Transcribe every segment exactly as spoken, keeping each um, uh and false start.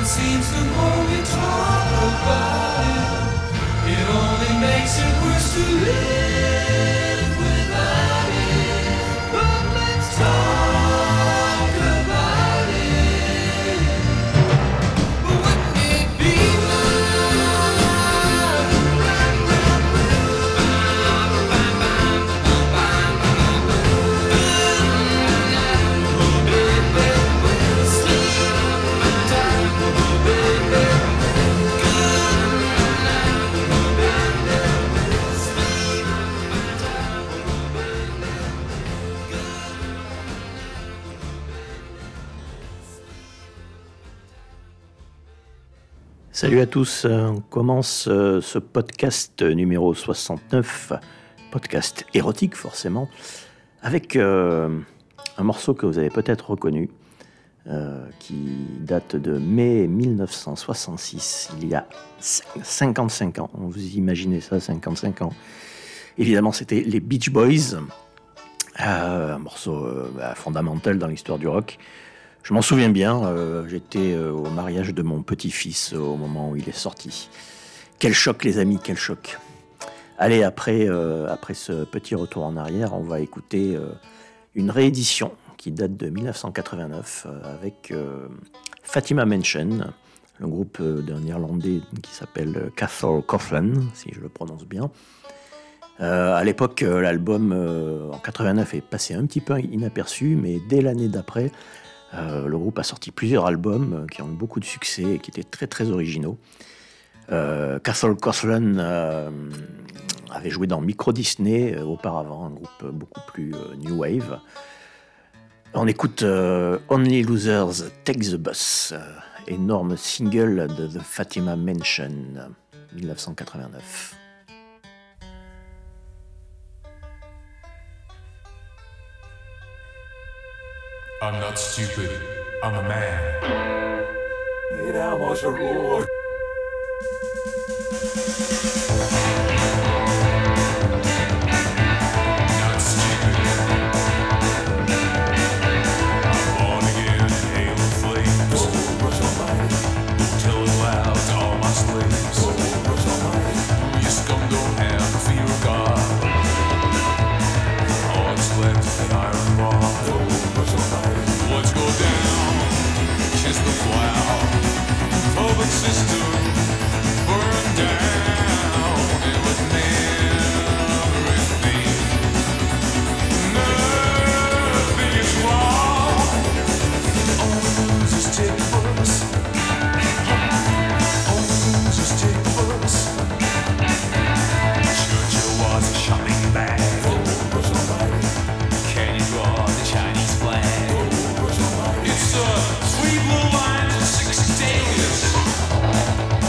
seems the more we talk about it, it only makes it worse to live without it. But let's talk about it. Wouldn't it be Salut à tous, on commence ce podcast numéro soixante-neuf, podcast érotique forcément, avec euh, un morceau que vous avez peut-être reconnu, euh, qui date de mai mille neuf cent soixante-six, il y a cinquante-cinq ans, vous imaginez ça, cinquante-cinq ans. Évidemment, c'était les Beach Boys, euh, un morceau euh, bah, fondamental dans l'histoire du rock. Je m'en souviens bien, euh, j'étais euh, au mariage de mon petit-fils euh, au moment où il est sorti. Quel choc les amis, quel choc. Allez, après, euh, après ce petit retour en arrière, on va écouter euh, une réédition qui date de mille neuf cent quatre-vingt-neuf euh, avec euh, Fatima Mansion, le groupe euh, d'un Irlandais qui s'appelle Cathal Coughlan, si je le prononce bien. Euh, à l'époque, euh, l'album euh, en quatre-vingt-neuf est passé un petit peu inaperçu, mais dès l'année d'après, Euh, le groupe a sorti plusieurs albums euh, qui ont eu beaucoup de succès et qui étaient très très originaux. Euh, Cathal Coughlan euh, avait joué dans Micro Disney euh, auparavant, un groupe beaucoup plus euh, new wave. On écoute euh, Only Losers Take the Bus, euh, énorme single de The Fatima Mansion, dix-neuf cent quatre-vingt-neuf. I'm not stupid, I'm a man. Mira, vamos a roar. Not stupid. I'm born again, hail and flames. Oh, Rush Almighty. Tell it loud to all my slaves. Oh, Rush Almighty. Your scum don't have the fear of God. All that's left is the iron bar. Oh, Rush Almighty. Let's go down, kiss the flower. Public system burn down. It was everything. Nothing is wrong. All the losers take the bus. All the losers take the bus. Churchill was a shopping bag. Oh, Rush Almighty. Can you draw the Chinese flag? Oh, Rush Almighty. It's a three blue lines and six days.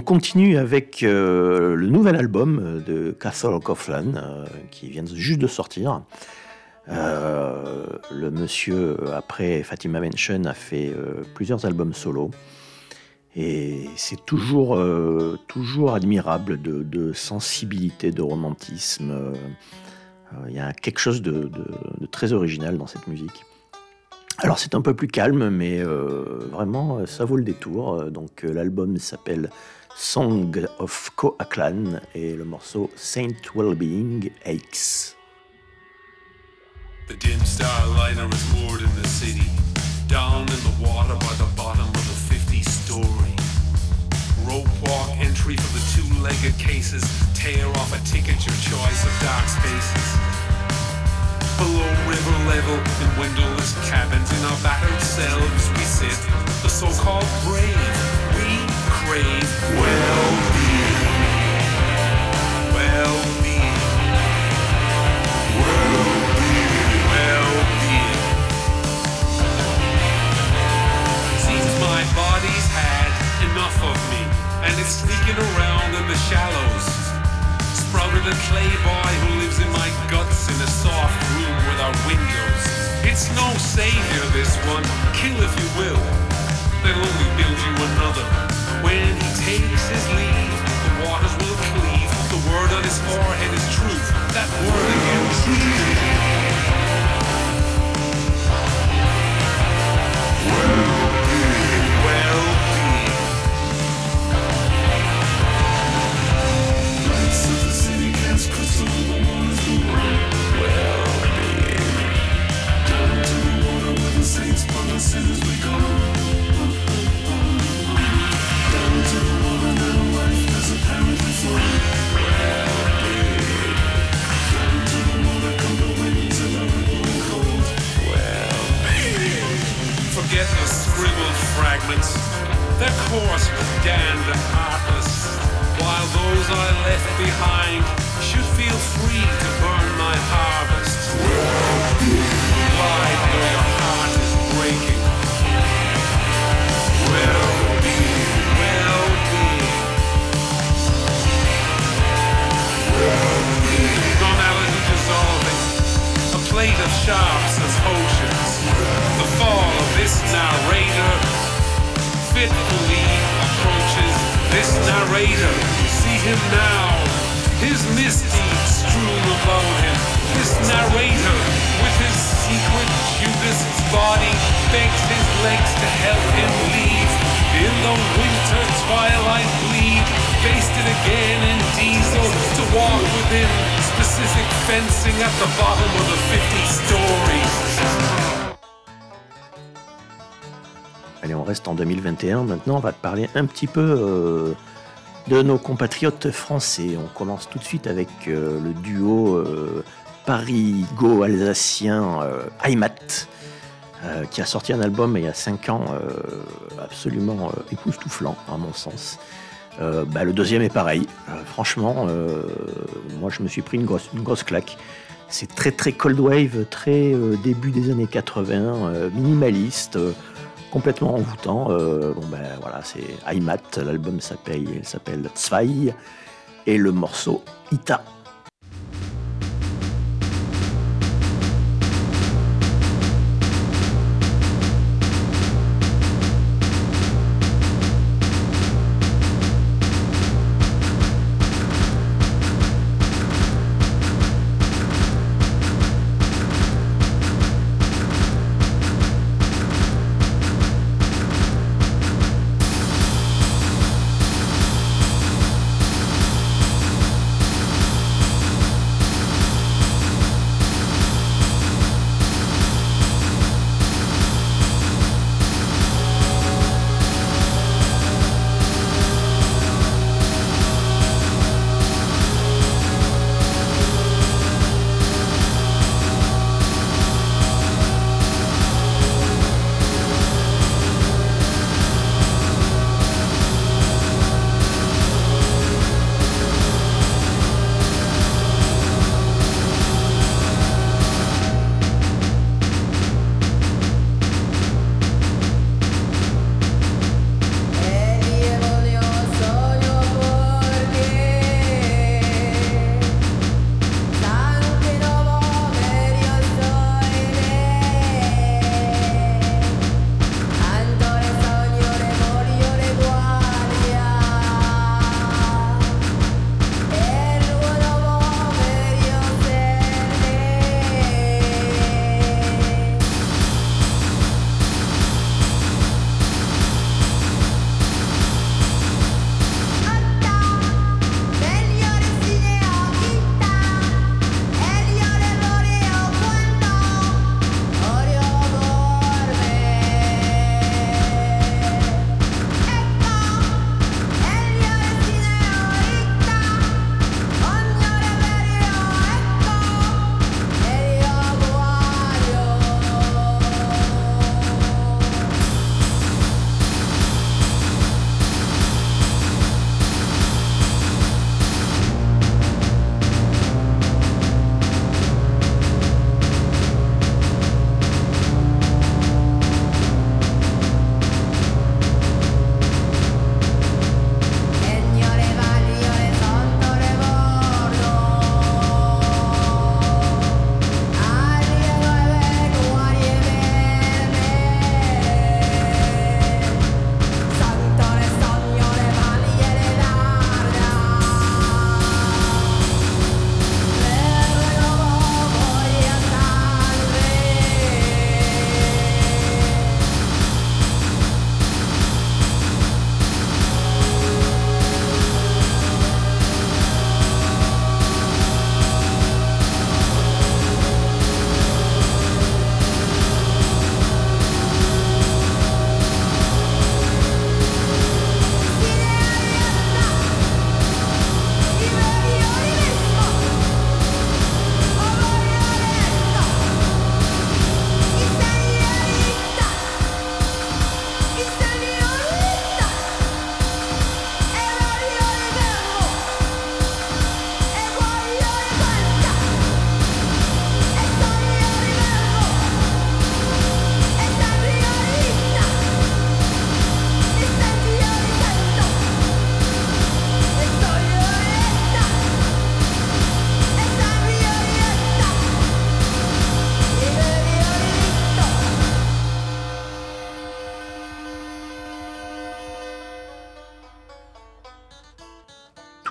continue avec euh, le nouvel album de Cathal Coughlan euh, qui vient juste de sortir. Euh, le monsieur, après Fatima Mansion, a fait euh, plusieurs albums solo. Et c'est toujours, euh, toujours admirable de, de sensibilité, de romantisme. Euh, il y a quelque chose de, de, de très original dans cette musique. Alors c'est un peu plus calme, mais euh, vraiment ça vaut le détour. Donc euh, l'album s'appelle Song of Coachlan et le morceau Saint Wellbeing Aches. The dim starliner is moored in the city, down in the water by the bottom of the fifty-story. Rope walk entry for the two-legged cases, tear off a ticket, your choice of dark spaces. Below river level, in windowless cabins, in our battered selves we sit, the so-called brave, we crave well-being. Well-being. Well-being. Well-being. Seems my body's had enough of me, and it's sneaking around in the shallows. Sprouted a clay boy who lives in my guts in a soft room without windows. It's no savior, this one, kill if you will, they'll only build you another. When he takes his leave, the waters will cleave, the word on his forehead is truth, that word again, truth. Well-being, well-being. Lights of the city cast crystal on the waters blue. Well-being. Down to the water where the saints but the sinners we go. Down to the water now life has apparently flown. Well-being. Down to the water come the winds and the ripple cold. Well-being. Forget the scribbled fragments, they're coarse, damned and heartless, while those I left behind should feel free to burn my harvest. Glide though your heart is breaking. Well-being, well-being. Well-being. Normality dissolving, a plate of sharps as oceans. The fall of this narrator fitfully approaches this narrator. See him now, his misdeeds strewn about him. This narrator, with his secret Judas's body, begs his legs to help him leave. In the winter twilight bleed, basted again in diesel to walk within specific fencing at the bottom of the fifty stories. Allez, on reste en deux mille vingt et un. Maintenant, on va te parler un petit peu euh, de nos compatriotes français. On commence tout de suite avec euh, le duo euh, parigo-alsacien euh, Heimat, euh, qui a sorti un album il y a cinq ans euh, absolument euh, époustouflant, à mon sens. Euh, bah, le deuxième est pareil. Euh, franchement, euh, moi, je me suis pris une grosse, une grosse claque. C'est très, très cold wave, très euh, début des années quatre-vingts, euh, minimaliste, euh, complètement envoûtant. Euh, bon ben voilà, c'est Heimat, l'album s'appelle, s'appelle Zwei et le morceau Ita. Well-being.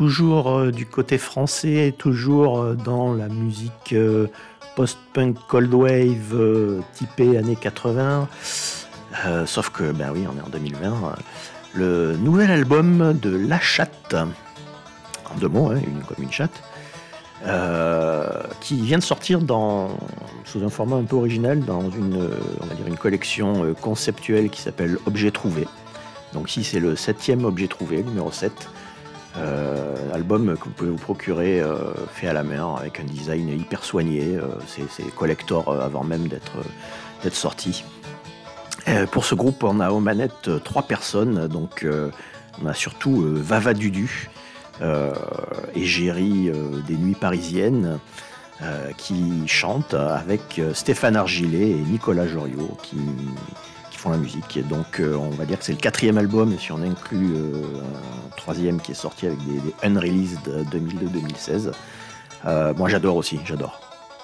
toujours euh, du côté français, toujours euh, dans la musique euh, post-punk cold wave euh, typée années quatre-vingts. Euh, sauf que, ben oui, on est en deux mille vingt. Euh, le nouvel album de La Chatte, en deux mots, hein, une, comme une chatte, euh, qui vient de sortir dans, sous un format un peu original dans une, on va dire une collection euh, conceptuelle qui s'appelle Objet Trouvé. Donc ici c'est le septième Objet Trouvé, numéro sept. Euh, album que vous pouvez vous procurer euh, fait à la main avec un design hyper soigné. Euh, c'est, c'est collector euh, avant même d'être, d'être sorti. Euh, pour ce groupe, on a aux manettes euh, trois personnes. Donc euh, on a surtout euh, Vava Dudu, Euh, égérie euh, des Nuits Parisiennes, euh, qui chante avec euh, Stéphane Argilet et Nicolas Joriot qui, qui font la musique. Et donc euh, on va dire que c'est le quatrième album, si on inclut euh, un troisième qui est sorti avec des, des unreleased deux mille deux deux mille seize. Euh, moi j'adore aussi, j'adore.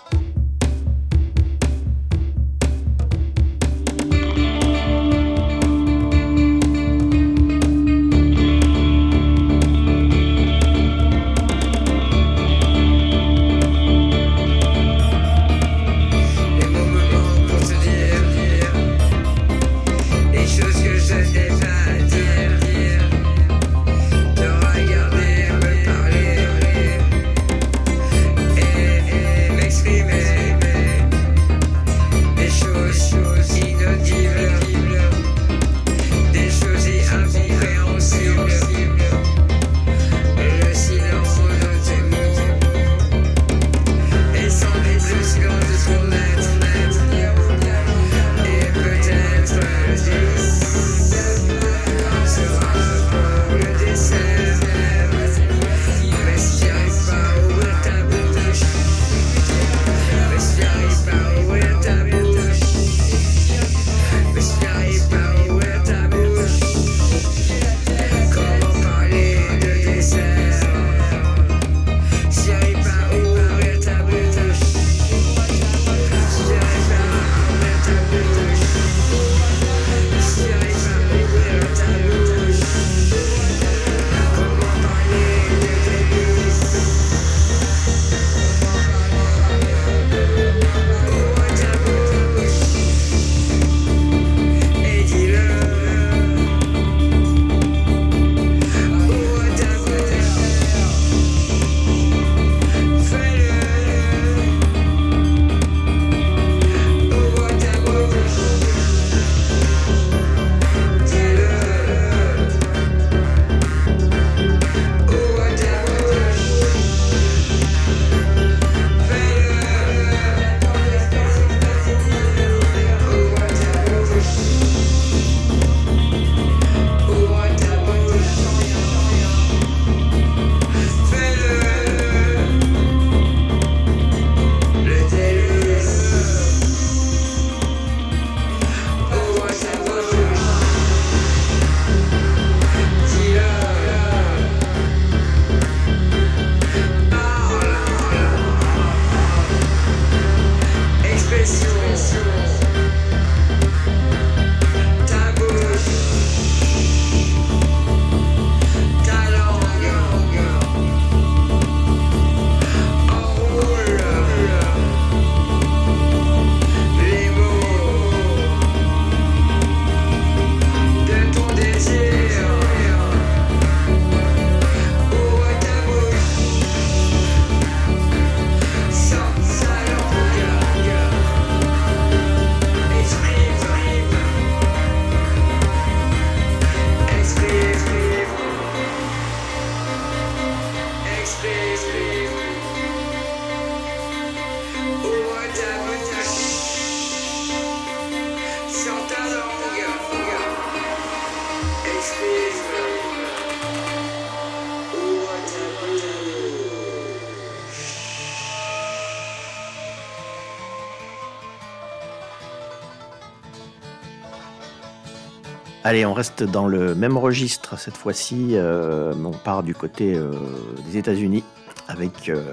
Allez, on reste dans le même registre cette fois-ci. Euh, on part du côté euh, des États-Unis avec euh,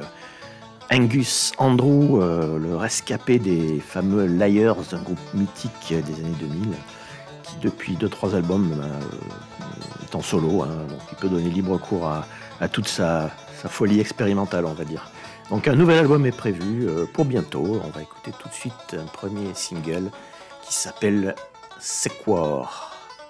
Angus Andrew, euh, le rescapé des fameux Liars, un groupe mythique des années deux mille, qui depuis deux trois albums euh, est en solo, hein, donc il peut donner libre cours à, à toute sa, sa folie expérimentale, on va dire. Donc un nouvel album est prévu euh, pour bientôt. On va écouter tout de suite un premier single qui s'appelle Sequor.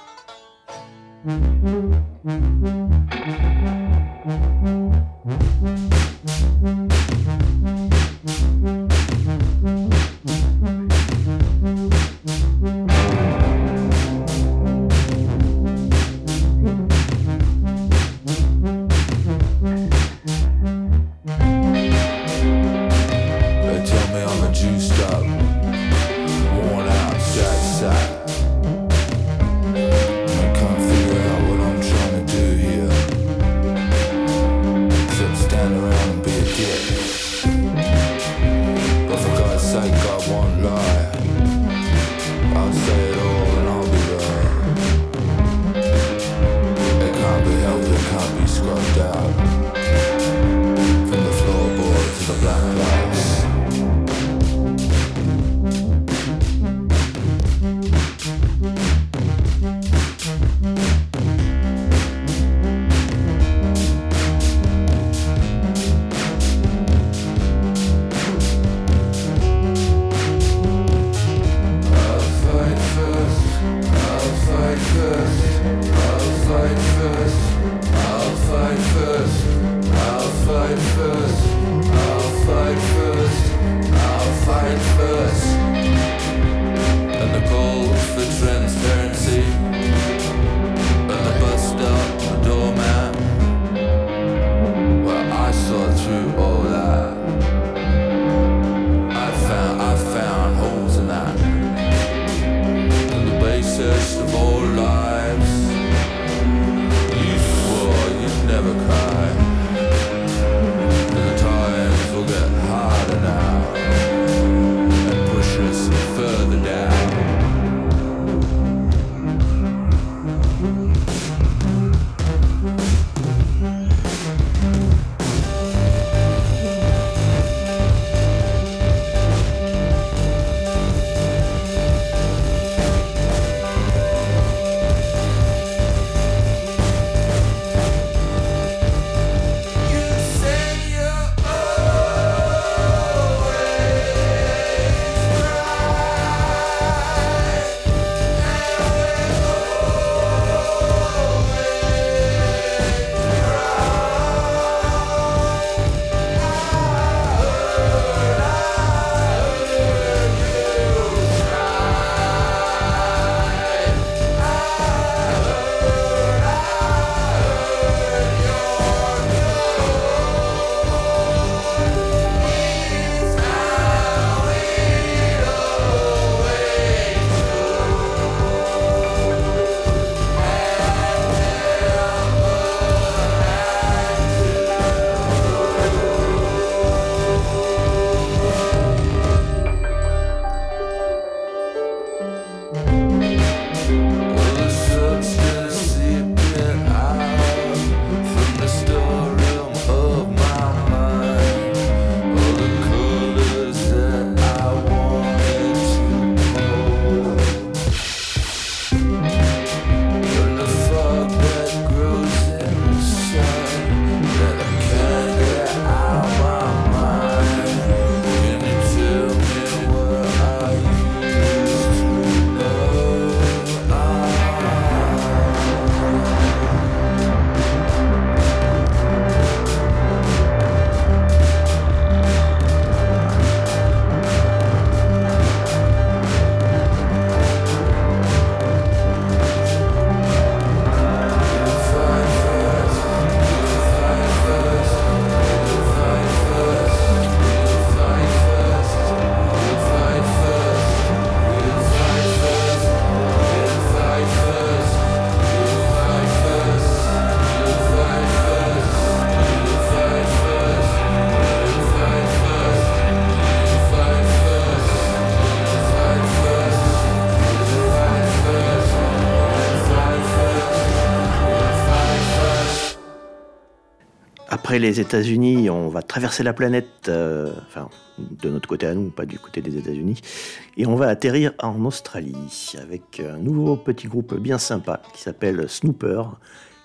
Après les États-Unis, on va traverser la planète, euh, enfin de notre côté à nous, pas du côté des États-Unis, et on va atterrir en Australie avec un nouveau petit groupe bien sympa qui s'appelle Snooper, qui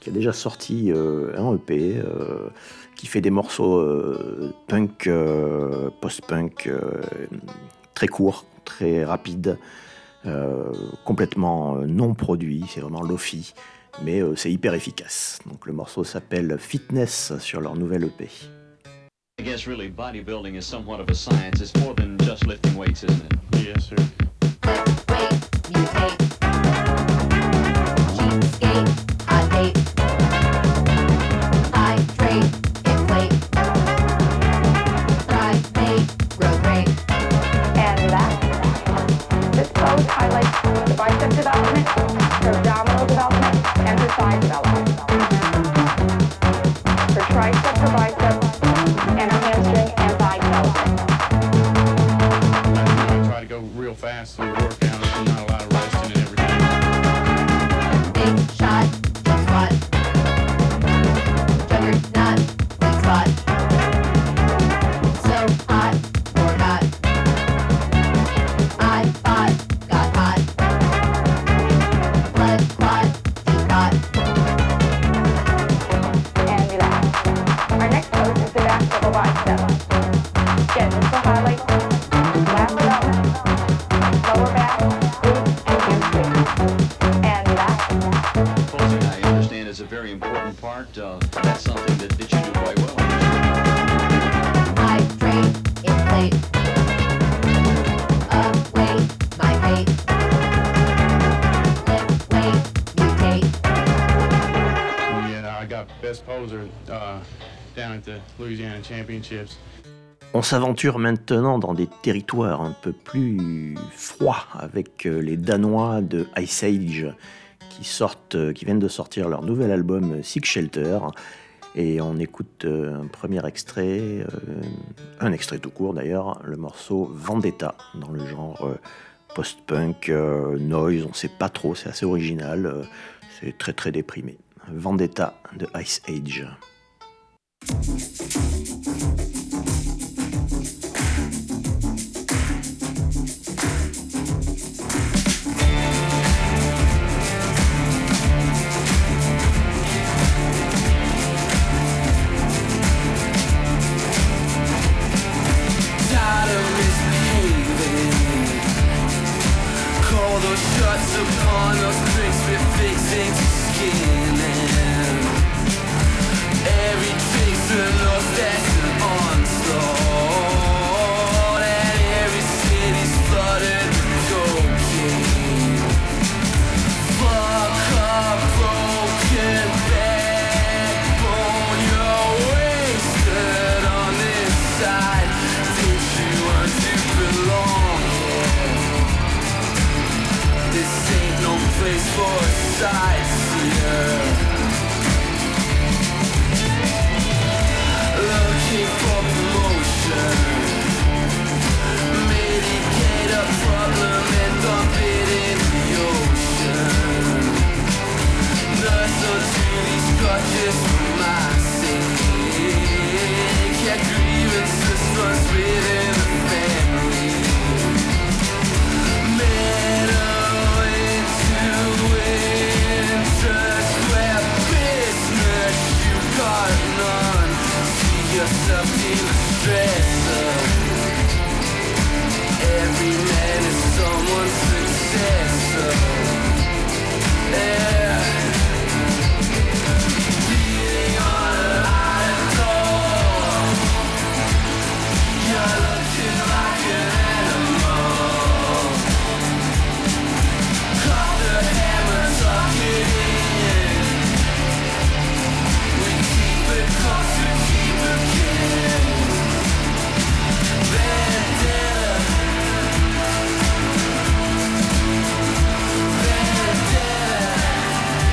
qui a déjà sorti euh, un E P, euh, qui fait des morceaux euh, punk, euh, post-punk, euh, très courts, très rapides, euh, complètement non produits, c'est vraiment lofi, mais euh, c'est hyper efficace. Donc le morceau s'appelle Fitness sur leur nouvelle E P. I guess really bodybuilding is somewhat of a science. It's more than just lifting weights, isn't it? Yes, sir. Highlights the bicep development, her abdominal development, and her thigh development. Her tricep, her bicep, and her hamstring and thigh development. I try to go real fast through the workout and not a lot of resting and everything. Big shot, big squat. Juggernaut, big squat. So hot or not. I fought. Uh, that's something that, that you do quite well. I train, inflate, upweight, my weight, lift weight, mutate. Yeah, I got best poser uh, down at the Louisiana Championships. On s'aventure maintenant dans des territoires un peu plus froids avec les Danois de Ice Age qui, sortent, qui viennent de sortir leur nouvel album Sick Shelter. Et on écoute un premier extrait, un extrait tout court d'ailleurs, le morceau Vendetta, dans le genre post-punk, noise, on ne sait pas trop, c'est assez original, c'est très très déprimé. Vendetta de Ice Age. Upon those tricks we're fixing to skin and every trace of lost that's an onslaught and every city's flooded with cocaine. Fuck up broken backbone, you're wasted on this side. Did you want to belong here? This ain't no place for a sightseer. Looking for promotion, mitigate a problem and dump it in the ocean. Listen to these grudges for my sake. Yeah, grievances runs within the family. Metal interest where business you got none. See yourself in the stress of every man is someone's successor. Yeah. Beating on a light door, you're looking like an animal. Cut the hammer, tuck it in. We keep it close to keep it in. Vendetta, vendetta.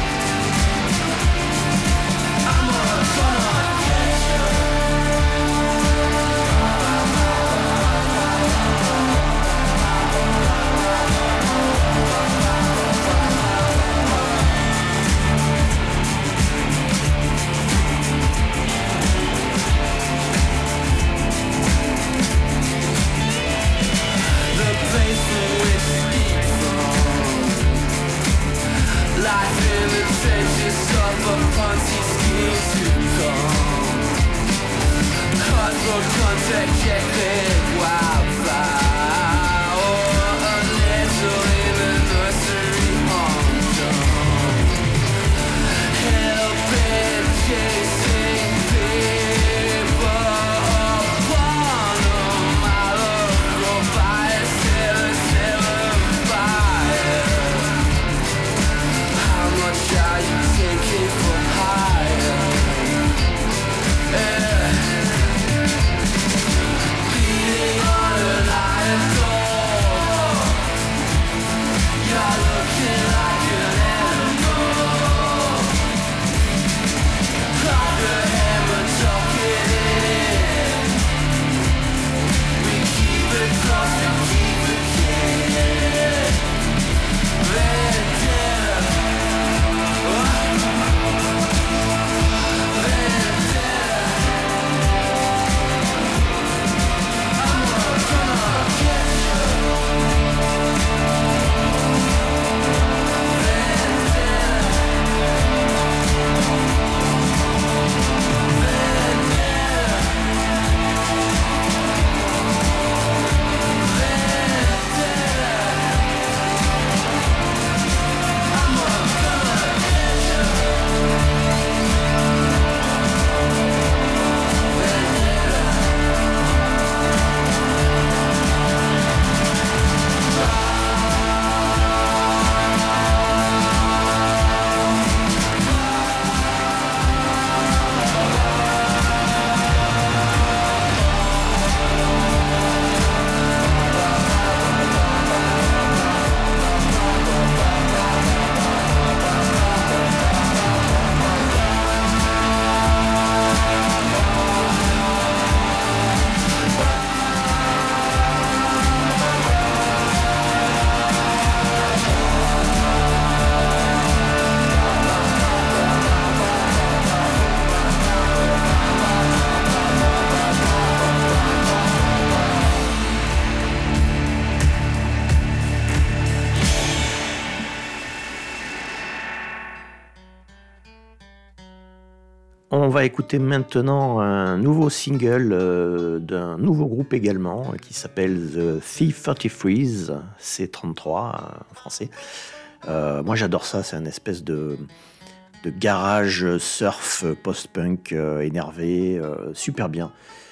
On va écouter maintenant un nouveau single euh, d'un nouveau groupe également qui s'appelle The C trente-trois, C trente-trois en français. Euh, moi j'adore ça, c'est une espèce de, de garage surf post-punk euh, énervé, euh, super bien.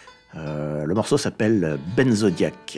Euh, le morceau s'appelle Benzodiac.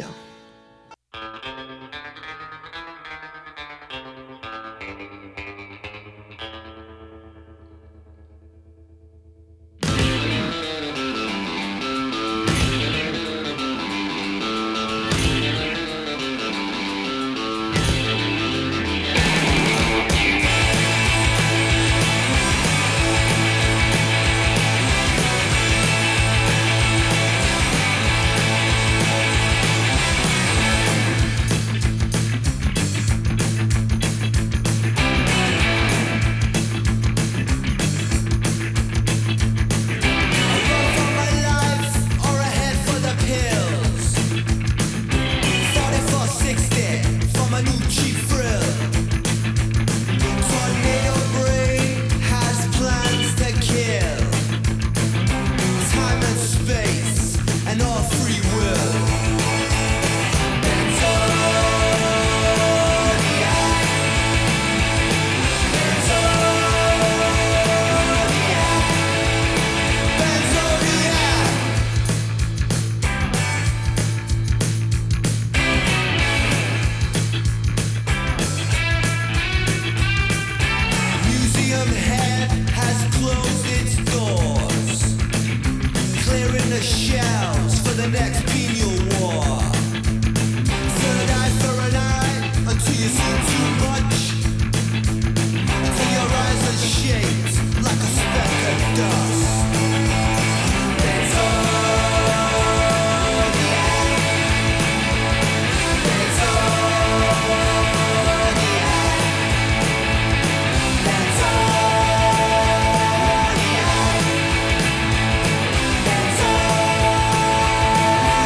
Benzodiac.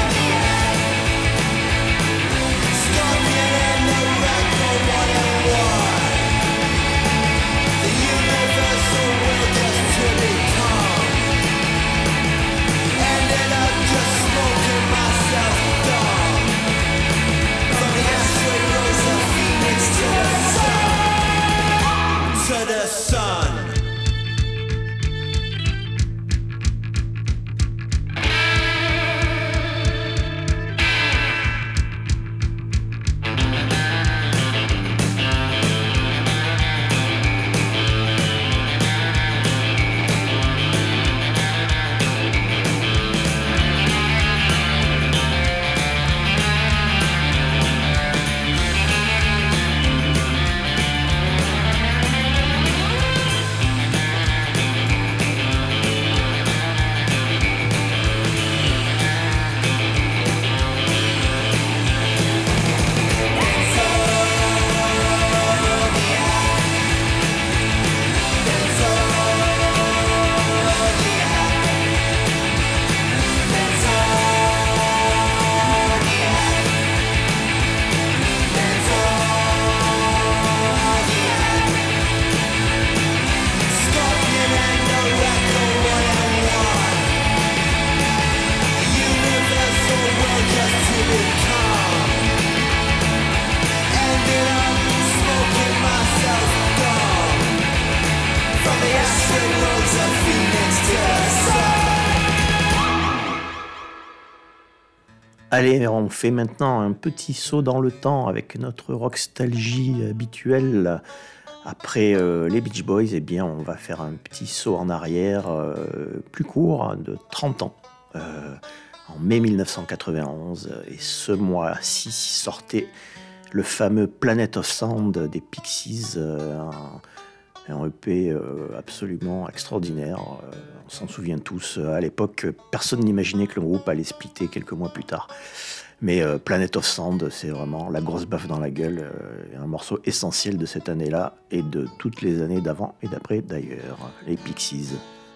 Allez, on fait maintenant un petit saut dans le temps avec notre rockstalgie habituelle. Après euh, les Beach Boys, eh bien, on va faire un petit saut en arrière euh, plus court, de trente ans. Euh, en mai mille neuf cent quatre-vingt-onze, et ce mois-ci sortait le fameux Planet of Sound des Pixies, euh, un, un E P euh, absolument extraordinaire. Euh, on s'en souvient tous. À l'époque, personne n'imaginait que le groupe allait splitter quelques mois plus tard. Mais euh, Planet of Sound, c'est vraiment la grosse baffe dans la gueule, euh, un morceau essentiel de cette année-là et de toutes les années d'avant et d'après d'ailleurs, les Pixies.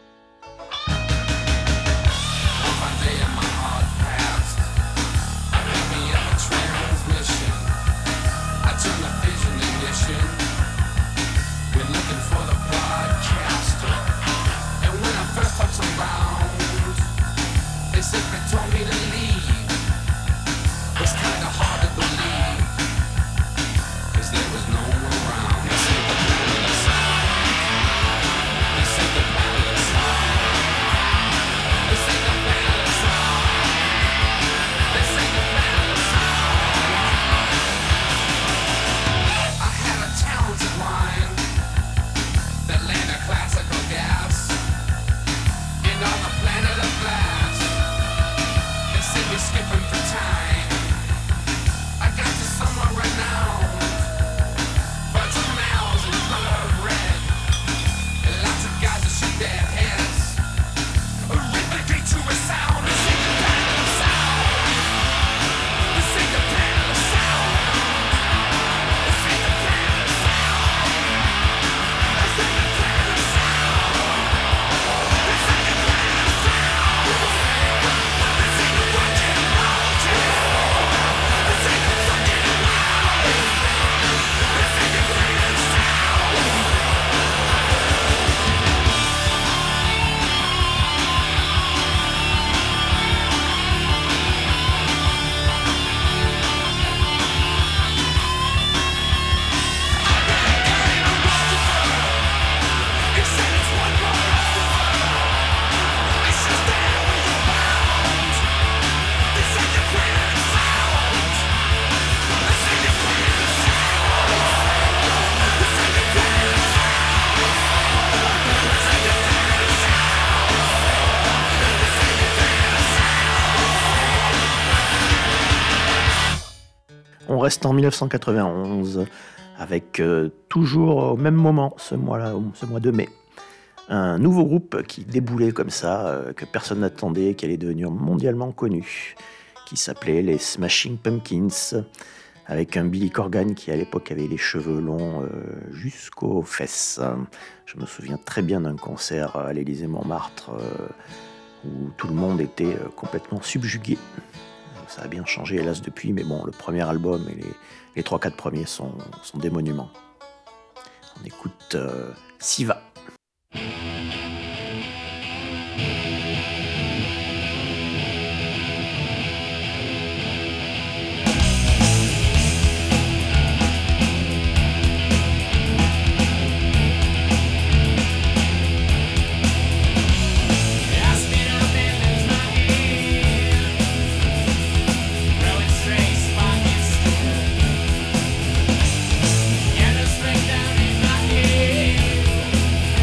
On reste en mille neuf cent quatre-vingt-onze avec euh, toujours au même moment, ce mois-là, ce mois de mai, un nouveau groupe qui déboulait comme ça, euh, que personne n'attendait, qui allait devenir mondialement connu, qui s'appelait les Smashing Pumpkins, avec un Billy Corgan qui à l'époque avait les cheveux longs euh, jusqu'aux fesses. Je me souviens très bien d'un concert à l'Élysée-Montmartre euh, où tout le monde était euh, complètement subjugué. Ça a bien changé hélas depuis, mais bon, le premier album et les, les trois quatre premiers sont, sont des monuments. On écoute euh, Siva. Yeah, let's break down in my head.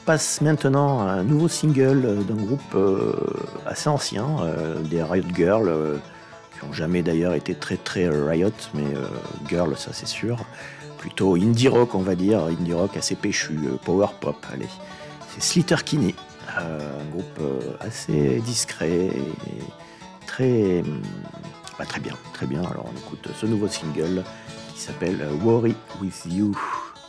passe maintenant à un nouveau single d'un groupe euh, assez ancien, euh, des Riot Girl, euh, qui n'ont jamais d'ailleurs été très très Riot, mais euh, Girl, ça c'est sûr. Plutôt indie rock, on va dire, indie rock assez péchu, euh, power pop, allez. C'est Sleater-Kinney, euh, un groupe euh, assez discret et très, bah, très bien, très bien. Alors on écoute ce nouveau single qui s'appelle Worry With You.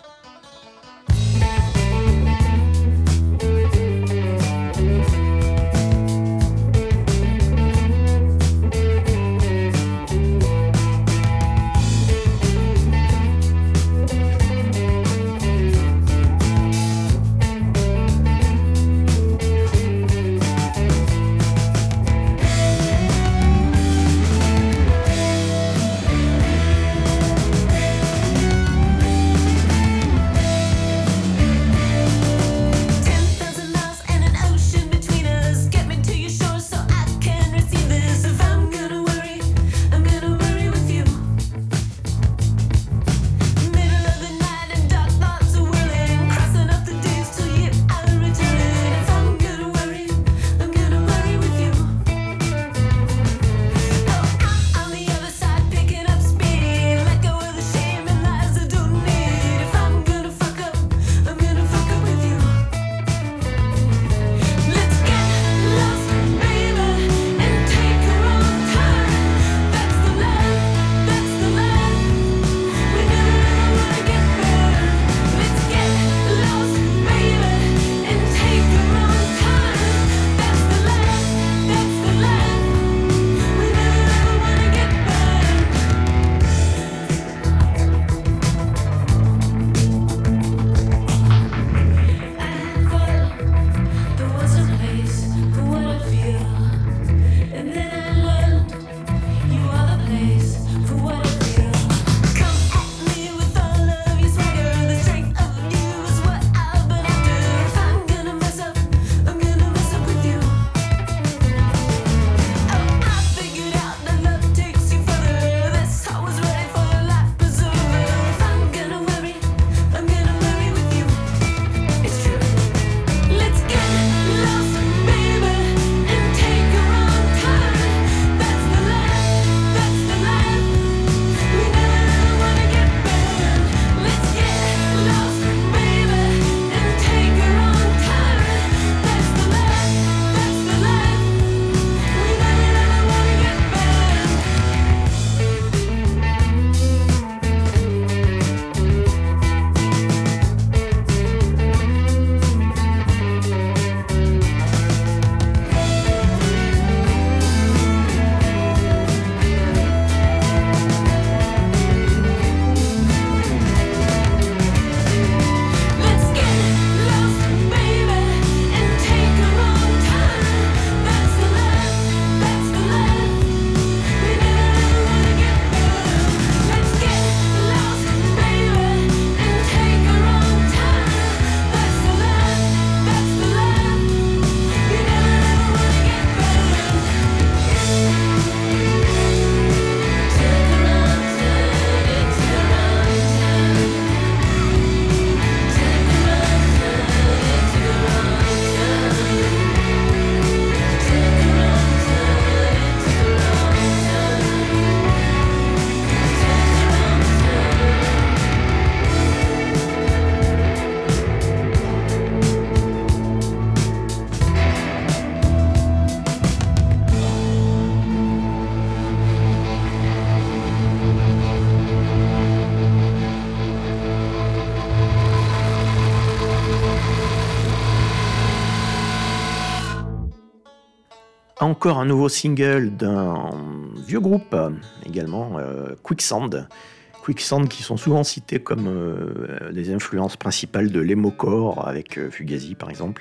Encore un nouveau single d'un vieux groupe également, euh, Quicksand. Quicksand qui sont souvent cités comme euh, des influences principales de l'emocore avec euh, Fugazi par exemple.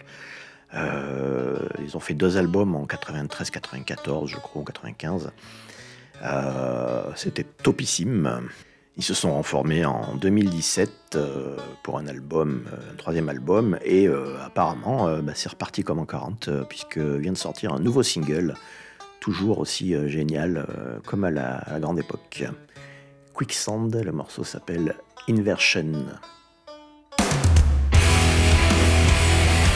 Euh, ils ont fait deux albums en quatre-vingt-treize quatre-vingt-quatorze je crois, ou quatre-vingt-quinze. Euh, c'était topissime. Ils se sont reformés en deux mille dix-sept euh, pour un album, euh, un troisième album, et euh, apparemment euh, bah, c'est reparti comme en quarante, euh, puisque vient de sortir un nouveau single, toujours aussi euh, génial, euh, comme à la, à la grande époque. Quicksand, le morceau s'appelle Inversion.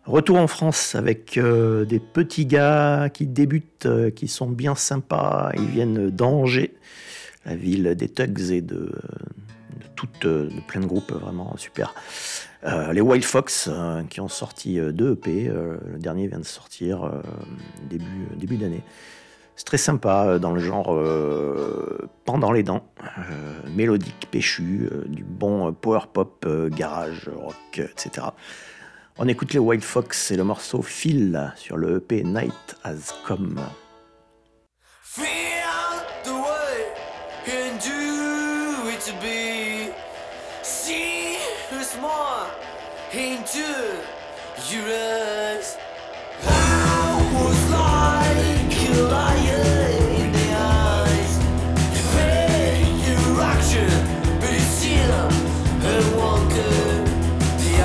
Retour en France avec euh, des petits gars qui débutent, euh, qui sont bien sympas. Ils viennent d'Angers, la ville des Tugs et de, de, toutes, de plein de groupes vraiment super. Euh, les Wild Fox euh, qui ont sorti euh, deux E P. Euh, le dernier vient de sortir euh, début, début d'année. C'est très sympa euh, dans le genre euh, pendant les dents, euh, mélodique, péchu, euh, du bon power pop, euh, garage, rock, euh, et cetera. On écoute les Wild Fox et le morceau Feel sur le E P Night Has Come. Feel the way and do it to be. See a smile into your eyes. I was like a lion in the eyes. You pay your action, but it's still a wonker. The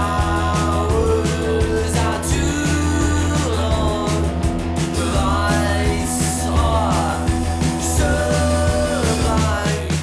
hours are too long. The lights are so blind.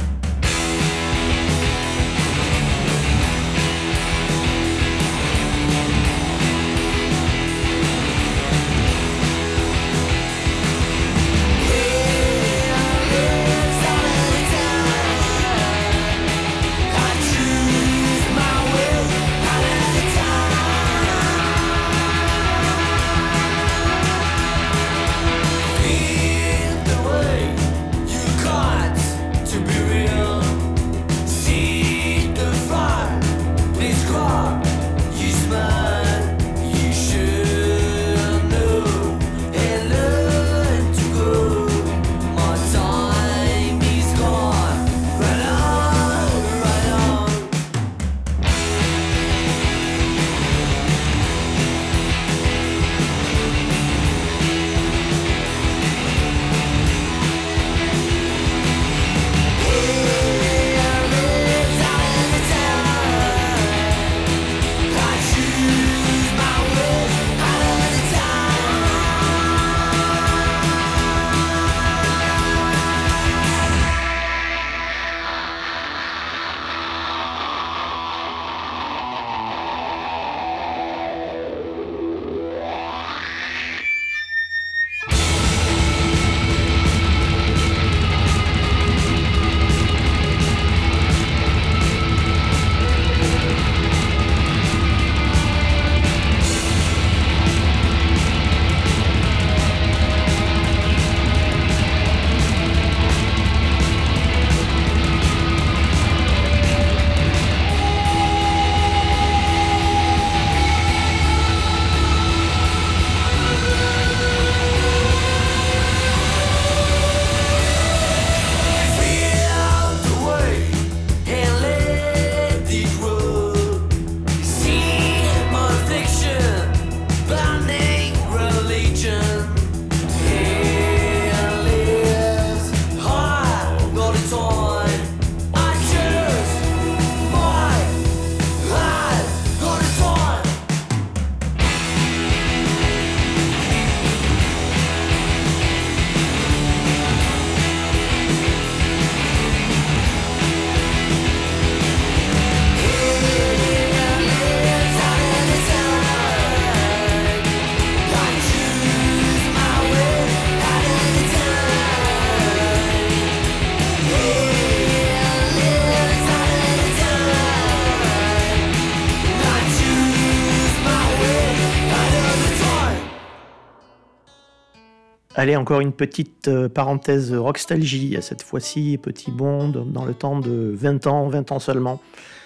Allez, encore une petite euh, parenthèse rockstalgie, cette fois-ci, petit bond dans le temps de vingt ans, vingt ans seulement,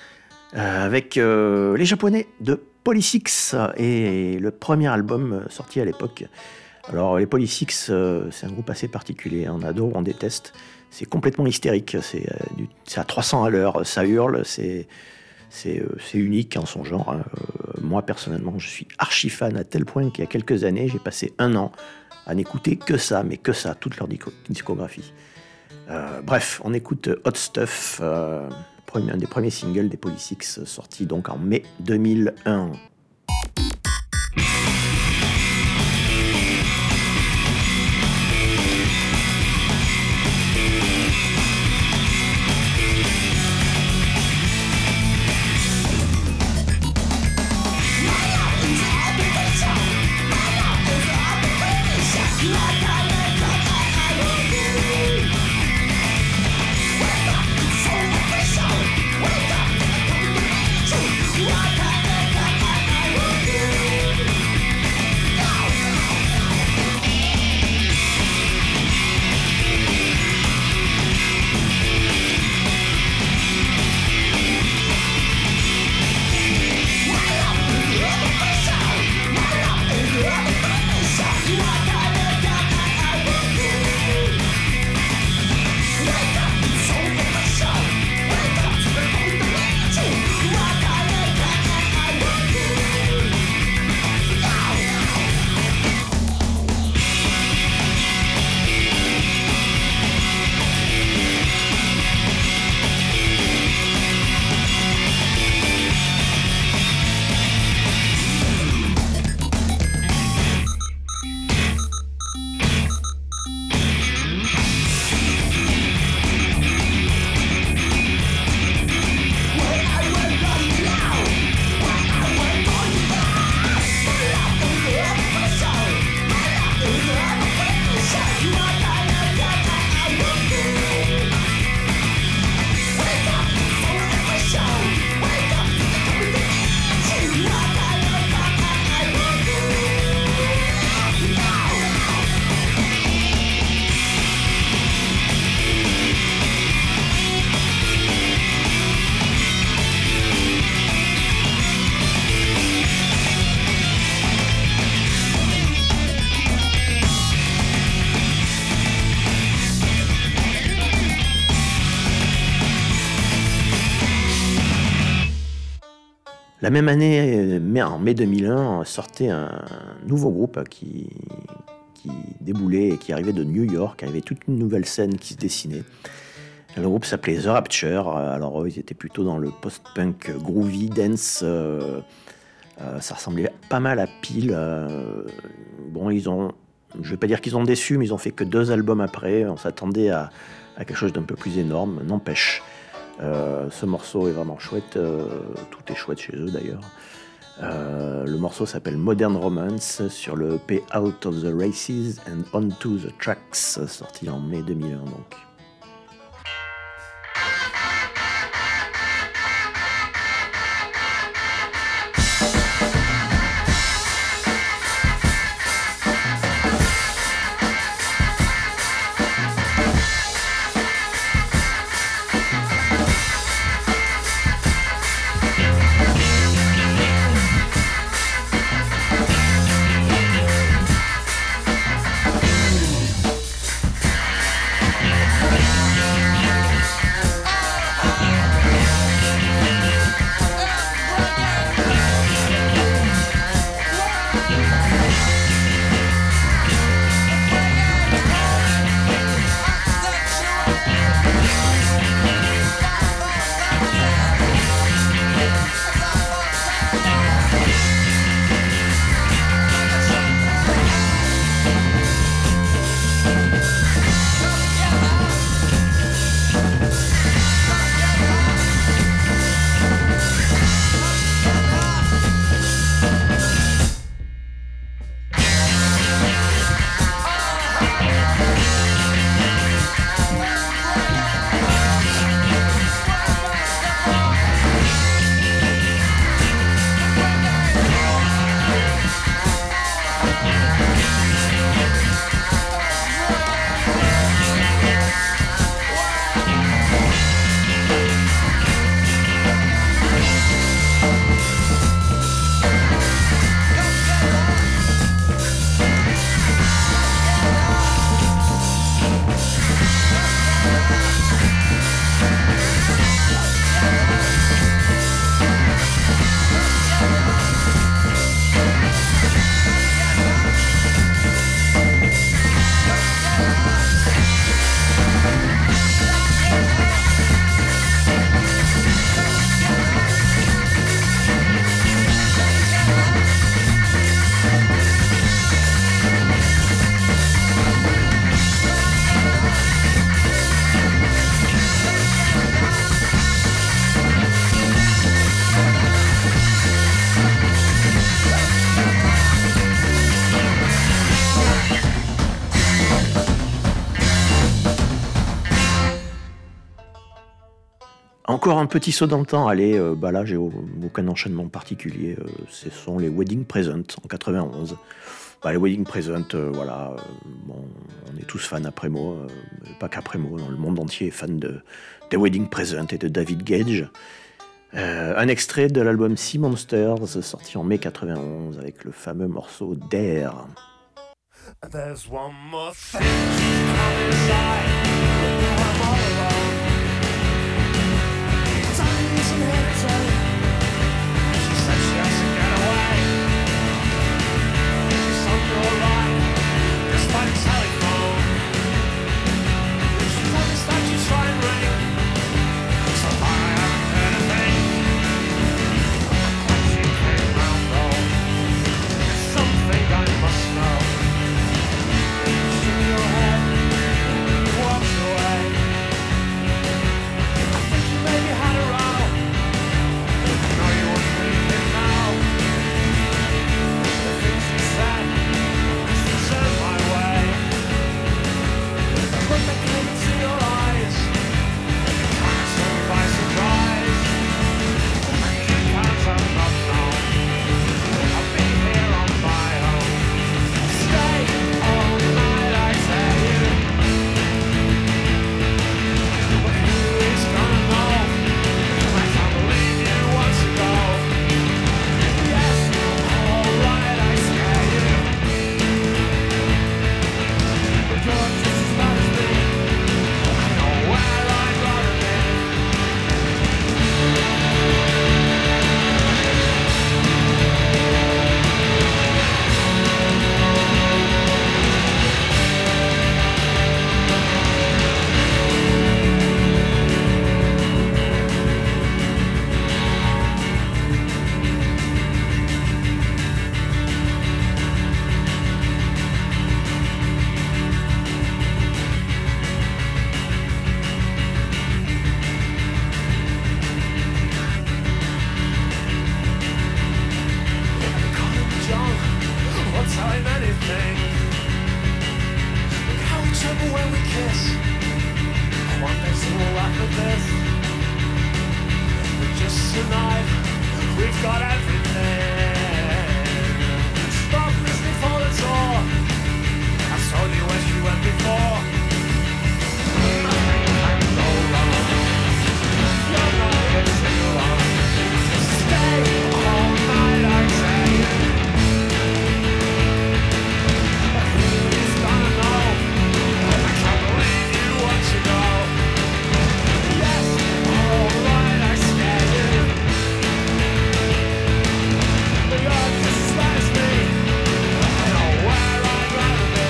euh, avec euh, les Japonais de Polysix et le premier album sorti à l'époque. Alors, les Polysix, euh, c'est un groupe assez particulier, on adore, on déteste, c'est complètement hystérique, c'est, euh, du, c'est à trois cents à l'heure, ça hurle, c'est... C'est, euh, c'est unique en son genre. Hein. Euh, moi, personnellement, je suis archi fan à tel point qu'il y a quelques années, j'ai passé un an à n'écouter que ça, mais que ça, toute leur discographie. Euh, bref, on écoute Hot Stuff, euh, premier, un des premiers singles des Polysix, sorti donc en mai deux mille un. My La même année, mais en mai deux mille un, sortait un nouveau groupe qui, qui déboulait et qui arrivait de New York. Il y avait toute une nouvelle scène qui se dessinait. Le groupe s'appelait The Rapture. Alors eux, ils étaient plutôt dans le post-punk groovy, dance. Euh, euh, ça ressemblait pas mal à Peel. Euh, bon, ils ont, je vais pas dire qu'ils ont déçu, mais ils ont fait que deux albums après. On s'attendait à, à quelque chose d'un peu plus énorme. N'empêche. Euh, ce morceau est vraiment chouette, euh, tout est chouette chez eux d'ailleurs. Euh, le morceau s'appelle Modern Romance sur le E P Out of the Races and Onto the Tracks, sorti en mai deux mille un donc. Encore un petit saut dans le temps, allez, euh, bah là j'ai aucun enchaînement particulier, euh, ce sont les Wedding Present en quatre-vingt-onze. Bah, les Wedding Present, euh, voilà, euh, bon, on est tous fans après moi, euh, pas qu'après moi, dans le monde entier est fan de, des Wedding Present et de David Gage. Euh, un extrait de l'album Sea Monsters, sorti en mai quatre-vingt-onze, avec le fameux morceau Dare. There's one more thing she's come inside. I'm all alone. Tongues and heads on. She said she has to get away. She's on your line, just by the telephone. She promised that she'd try and ring. So far I haven't heard a thing. When she came round though, there's something I must know. Your head walks away. this. Just tonight, we've got everything. Stop listening for the door. I told you where she went before. Nothing can go wrong. You're not missing wrong. Stay all night, I say. Who's gonna know? I can't believe you want to go. Yes, all right, I scared you. But you're just as bad as me. I know where I'd rather be.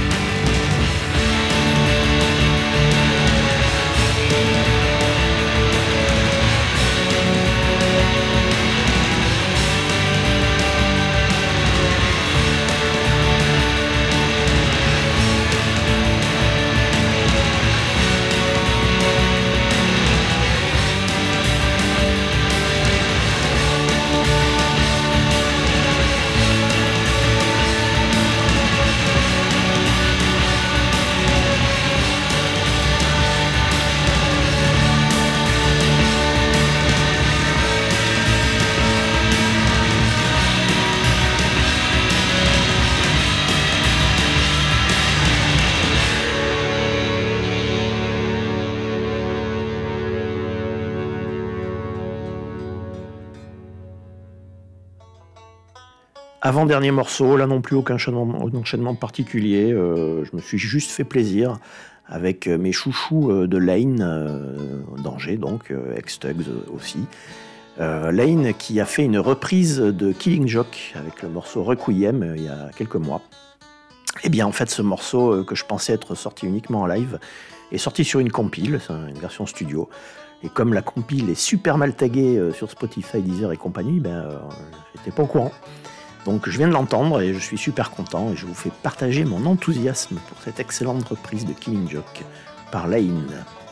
Avant-dernier morceau, là non plus aucun enchaînement, enchaînement particulier, euh, je me suis juste fait plaisir avec mes chouchous euh, de Layne, euh, d'Angers donc, euh, ex-Tugs aussi. Euh, Layne qui a fait une reprise de Killing Joke avec le morceau Requiem euh, il y a quelques mois. Et bien en fait ce morceau euh, que je pensais être sorti uniquement en live est sorti sur une compile, c'est une version studio. Et comme la compile est super mal taguée euh, sur Spotify, Deezer et compagnie, ben, euh, j'étais pas au courant. Donc je viens de l'entendre et je suis super content et je vous fais partager mon enthousiasme pour cette excellente reprise de Killing Joke par Layne.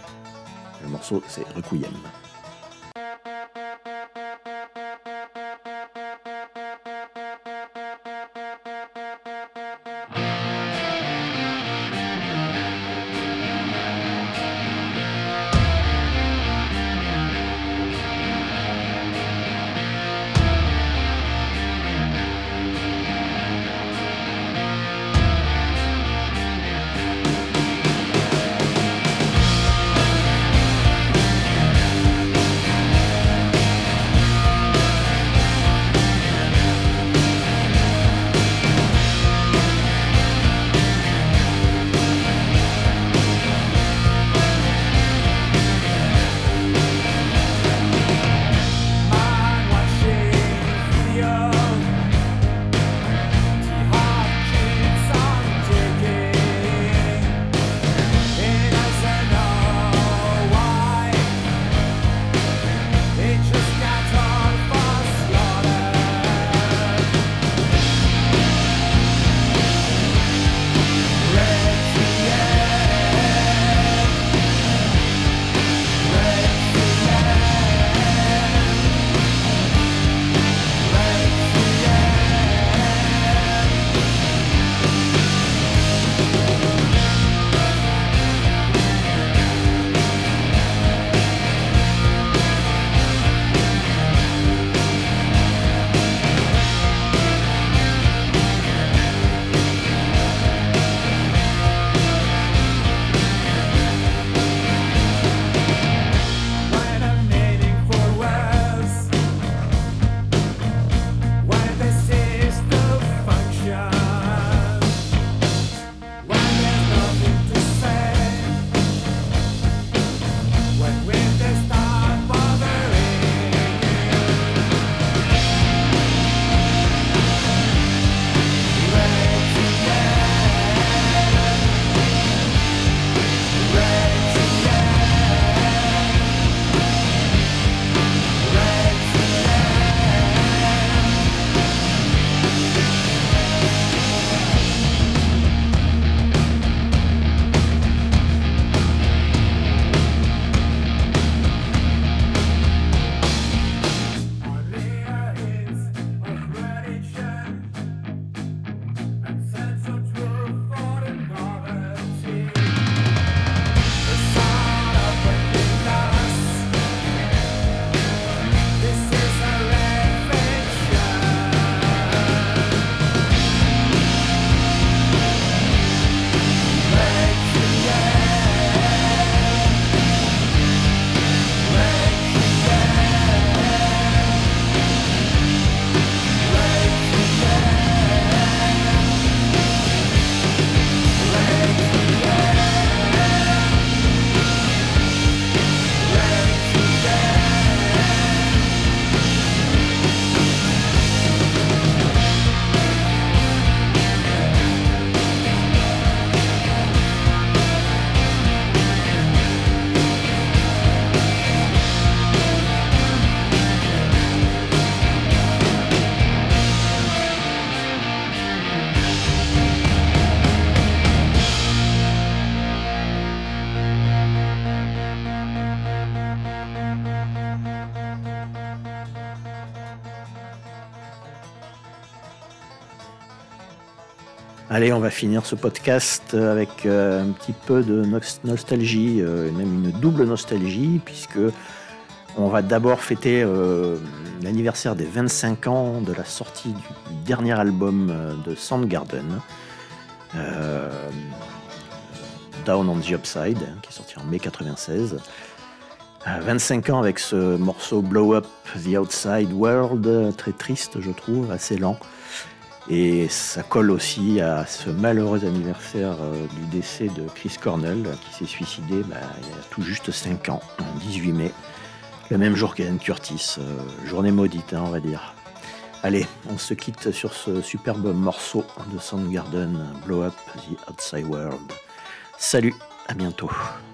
Le morceau c'est Requiem. Thank Allez, on va finir ce podcast avec euh, un petit peu de no- nostalgie, euh, même une double nostalgie, puisque on va d'abord fêter euh, l'anniversaire des vingt-cinq ans de la sortie du dernier album euh, de Soundgarden, euh, Down on the Upside, hein, qui est sorti en mai quatre-vingt-seize. Euh, vingt-cinq ans avec ce morceau Blow Up the Outside World, très triste je trouve, assez lent. Et ça colle aussi à ce malheureux anniversaire euh, du décès de Chris Cornell, qui s'est suicidé bah, il y a tout juste cinq ans, le dix-huit mai, le même jour qu'Ian Curtis, euh, journée maudite, hein, on va dire. Allez, on se quitte sur ce superbe morceau de Soundgarden, Blow Up the Outside World. Salut, à bientôt.